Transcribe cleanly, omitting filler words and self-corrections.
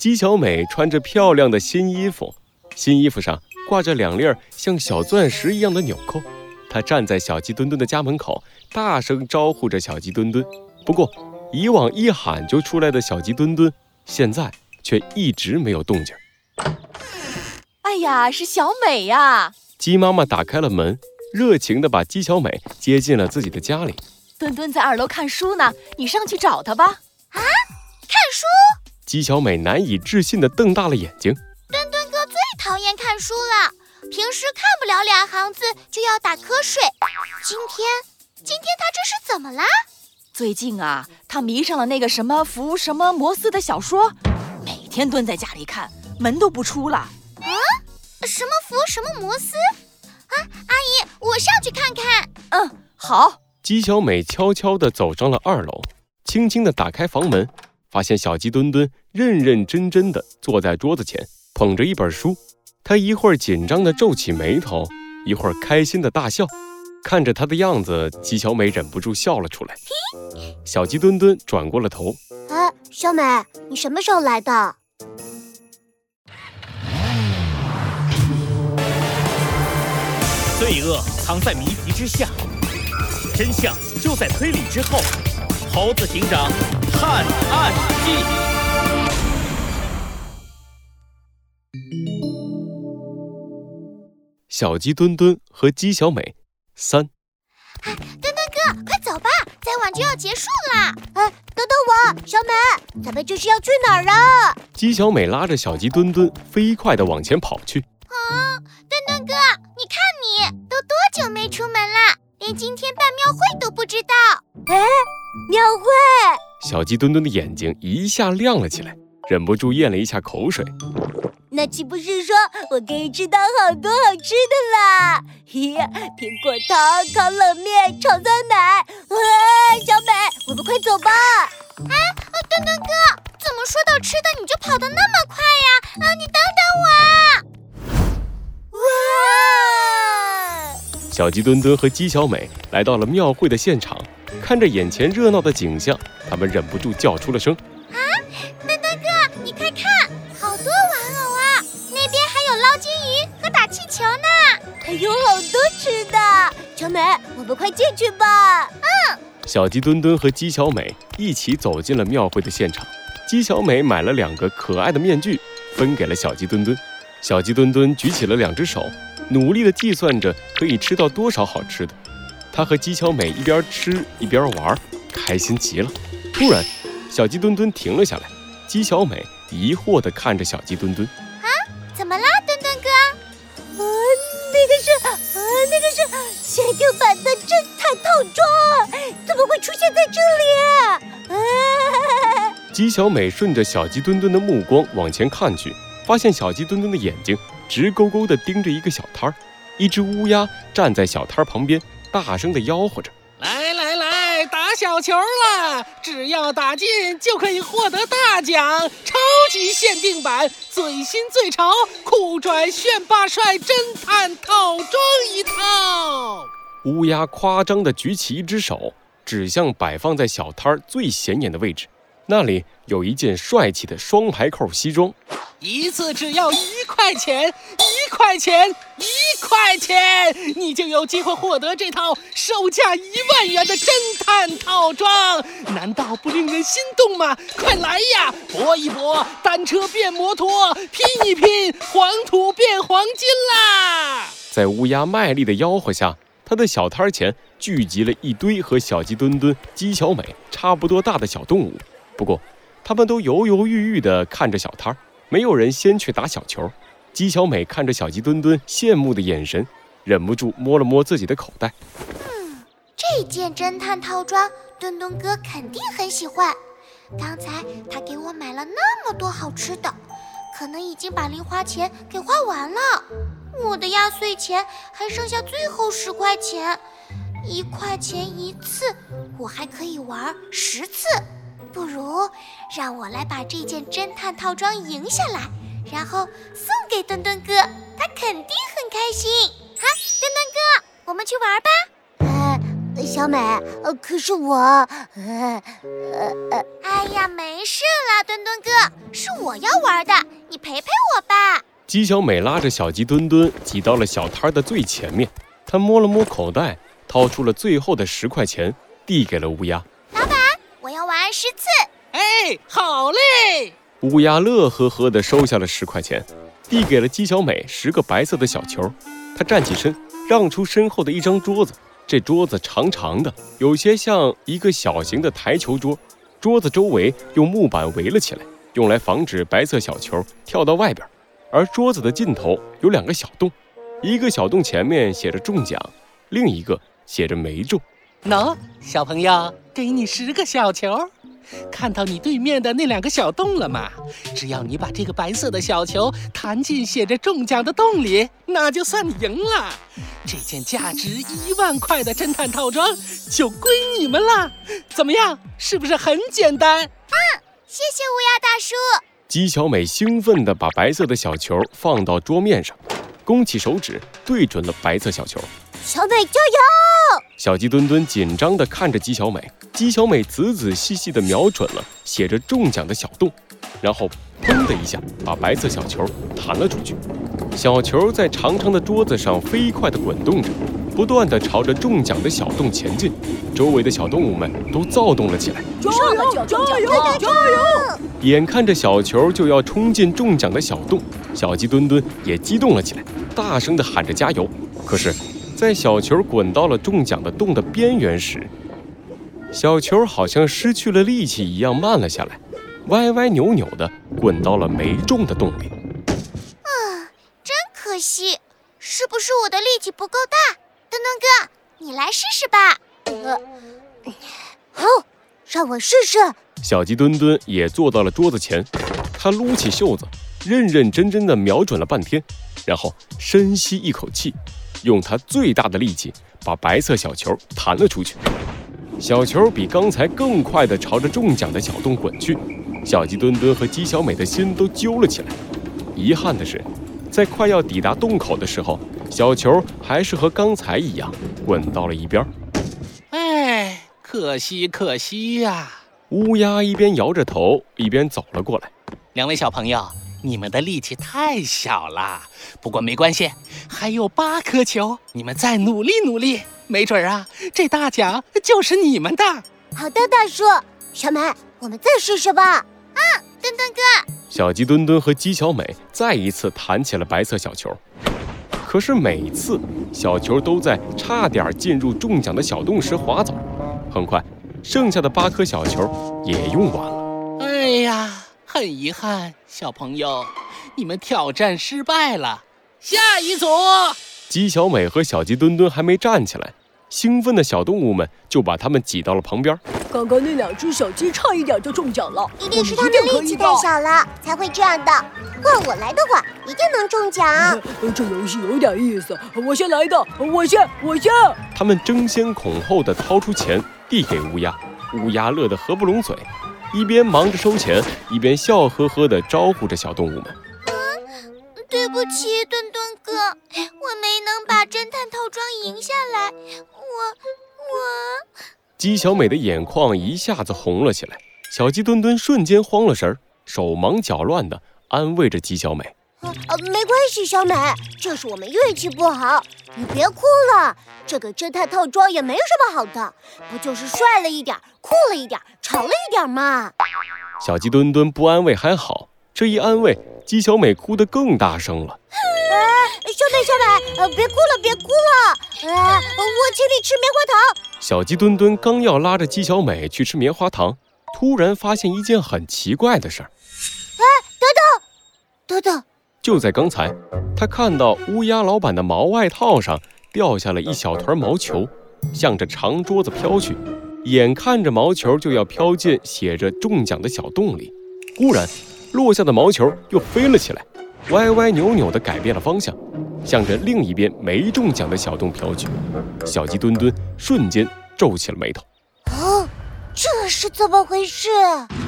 姬小美穿着漂亮的新衣服，新衣服上挂着2粒像小钻石一样的纽扣。她站在小鸡墩墩的家门口，大声招呼着小鸡墩墩。不过，以往一喊就出来的小鸡墩墩，现在却一直没有动静。 哎呀，是小美呀！ 鸡妈妈打开了门，热情地把姬小美接进了自己的家里。 墩墩在2楼看书呢，你上去找她吧。 啊，看书？ 姬小美难以置信地瞪大了眼睛。 墩墩哥最讨厌看书了，平时看不了2行字就要打瞌睡。今天他这是怎么啦？ 最近啊，他迷上了那个什么福什么摩斯的小说，每天蹲在家里看，门都不出了。 啊？什么福什么摩斯？啊，阿姨，我上去看看。 好。 姬小美悄悄地走上了2楼，轻轻地打开房门，发现小鸡墩墩认认真真地坐在桌子前，捧着一本书。他一会儿紧张地皱起眉头，一会儿开心地大笑。看着他的样子，姬小美忍不住笑了出来。小鸡墩墩转过了头。 小美，你什么时候来的？ 罪恶藏在谜题之下，真相就在推理之后。猴子警长探案记。 小鸡墩墩和姬小美3。 墩墩哥，快走吧，再晚就要结束啦！等等我，小美，咱们这是要去哪儿啊？ 姬小美拉着小鸡墩墩飞快地往前跑去。 墩墩哥，你看你都多久没出门啦？连今天办庙会都不知道。庙会！ 小鸡墩墩的眼睛一下亮了起来，忍不住咽了一下口水。 那岂不是说我可以吃到好多好吃的啦？苹果汤、烤冷面、炒酸奶。小美，我们快走吧！墩墩哥，怎么说到吃的你就跑得那么快呀？你等等我！哇！ 小鸡墩墩和姬小美来到了庙会的现场，看着眼前热闹的景象，他们忍不住叫出了声。 墩墩哥，你快看，好多玩偶啊！那边还有捞金鱼和打气球呢，还有好多吃的。小美，我们快进去吧。 小鸡墩墩和姬小美一起走进了庙会的现场。姬小美买了2个可爱的面具，分给了小鸡墩墩。小鸡墩墩举起了2只手，努力地计算着可以吃到多少好吃的。他和姬小美一边吃一边玩，开心极了。突然，小鸡墩墩停了下来。姬小美疑惑地看着小鸡墩墩。 怎么啦，墩墩哥？那个是限定版的侦探套装，怎么会出现在这里？ 姬小美顺着小鸡墩墩的目光往前看去，发现小鸡墩墩的眼睛直勾勾地盯着一个小摊儿。一只乌鸦站在小摊旁边，大声地吆喝着： 来，打小球啦！只要打进就可以获得大奖，超级限定版，最新最潮，酷拽炫霸帅侦探套装一套。 乌鸦夸张地举起一只手，指向摆放在小摊最显眼的位置，那里有一件帅气的双排扣西装。 一次只要1块钱，1块钱，1块钱，你就有机会获得这套售价1万元的侦探套装，难道不令人心动吗？快来呀，搏一搏，单车变摩托，拼一拼，黄土变黄金啦！ 在乌鸦卖力的吆喝下，他的小摊前聚集了一堆和小鸡墩墩、姬小美差不多大的小动物。不过，他们都犹犹豫豫地看着小摊，没有人先去打小球。姬小美看着小鸡墩墩羡慕的眼神，忍不住摸了摸自己的口袋。 这件侦探套装，墩墩哥肯定很喜欢。刚才他给我买了那么多好吃的，可能已经把零花钱给花完了。我的压岁钱还剩下最后10块钱，1块钱1次，我还可以玩10次。不如让我来把这件侦探套装赢下来，然后送给墩墩哥，他肯定很开心。墩墩哥，我们去玩吧。 小美，可是我……哎呀，没事啦，墩墩哥，是我要玩的，你陪陪我吧。 鸡小美拉着小鸡墩墩挤到了小摊的最前面，她摸了摸口袋，掏出了最后的10块钱，递给了乌鸦。 老板，我要玩10次。 哎，好嘞！ 乌鸦乐呵呵地收下了10块钱，递给了鸡小美10个白色的小球。她站起身，让出身后的一张桌子。这桌子长长的，有些像一个小型的台球桌。桌子周围用木板围了起来，用来防止白色小球跳到外边。而桌子的尽头有2个小洞，一个小洞前面写着中奖，另一个写着没中。 喏，小朋友，给你10个小球。看到你对面的那2个小洞了吗？只要你把这个白色的小球弹进写着中奖的洞里，那就算你赢了。这件价值1万块的侦探套装就归你们了。怎么样？是不是很简单？ 谢谢乌鸦大叔。 鸡小美兴奋地把白色的小球放到桌面上，弓起手指对准了白色小球。 小美加油！ 小鸡墩墩紧张地看着鸡小美，鸡小美仔仔细细地瞄准了写着中奖的小洞，然后砰的一下把白色小球弹了出去。小球在长长的桌子上飞快地滚动着，不断地朝着中奖的小洞前进。周围的小动物们都躁动了起来， 加油！ 眼看着小球就要冲进中奖的小洞，小鸡墩墩也激动了起来，大声地喊着加油。可是在小球滚到了中奖的洞的边缘时，小球好像失去了力气一样慢了下来，歪歪扭扭地滚到了没中的洞里。 真可惜，是不是我的力气不够大？墩墩哥，你来试试吧。好，让我试试。 小鸡墩墩也坐到了桌子前，他撸起袖子，认认真真地瞄准了半天，然后深吸一口气，用他最大的力气把白色小球弹了出去。小球比刚才更快地朝着中奖的小洞滚去，小鸡墩墩和鸡小美的心都揪了起来。遗憾的是，在快要抵达洞口的时候，小球还是和刚才一样滚到了一边。 哎，可惜呀！ 乌鸦一边摇着头一边走了过来。 2位小朋友，你们的力气太小了，不过没关系，还有8颗球，你们再努力努力，没准啊，这大奖就是你们的。 好的，大叔。小美，我们再试试吧。墩墩哥。 小鸡墩墩和鸡小美再一次弹起了白色小球，可是每次小球都在差点进入中奖的小洞时滑走。很快，剩下的8颗小球也用完了。 哎呀，很遗憾，小朋友，你们挑战失败了。下一组。 鸡小美和小鸡墩墩还没站起来，兴奋的小动物们就把他们挤到了旁边。 刚刚那2只小鸡差一点就中奖了， 一定是他们力气太小了才会这样的。换我来的话，一定能中奖。 这游戏有点意思，我先来的，我先。 他们争先恐后地掏出钱递给乌鸦，乌鸦乐得合不拢嘴，一边忙着收钱，一边笑呵呵地招呼着小动物们。 对不起，墩墩哥，我没能把侦探套装赢下来。我…… 鸡小美的眼眶一下子红了起来，小鸡墩墩瞬间慌了神，手忙脚乱地安慰着鸡小美。 没关系，小美，这是我们运气不好，你别哭了。这个侦探套装也没什么好的，不就是帅了一点，酷了一点，潮了一点吗？ 小鸡墩墩不安慰还好，这一安慰，鸡小美哭得更大声了。小美，别哭了，我请你吃棉花糖。小鸡墩墩刚要拉着鸡小美去吃棉花糖，突然发现一件很奇怪的事儿。 等等， 就在刚才，他看到乌鸦老板的毛外套上掉下了一小团毛球，向着长桌子飘去，眼看着毛球就要飘进写着中奖的小洞里，忽然落下的毛球又飞了起来，歪歪扭扭地改变了方向，向着另一边没中奖的小洞飘去。小鸡墩墩瞬间皱起了眉头。 这是怎么回事？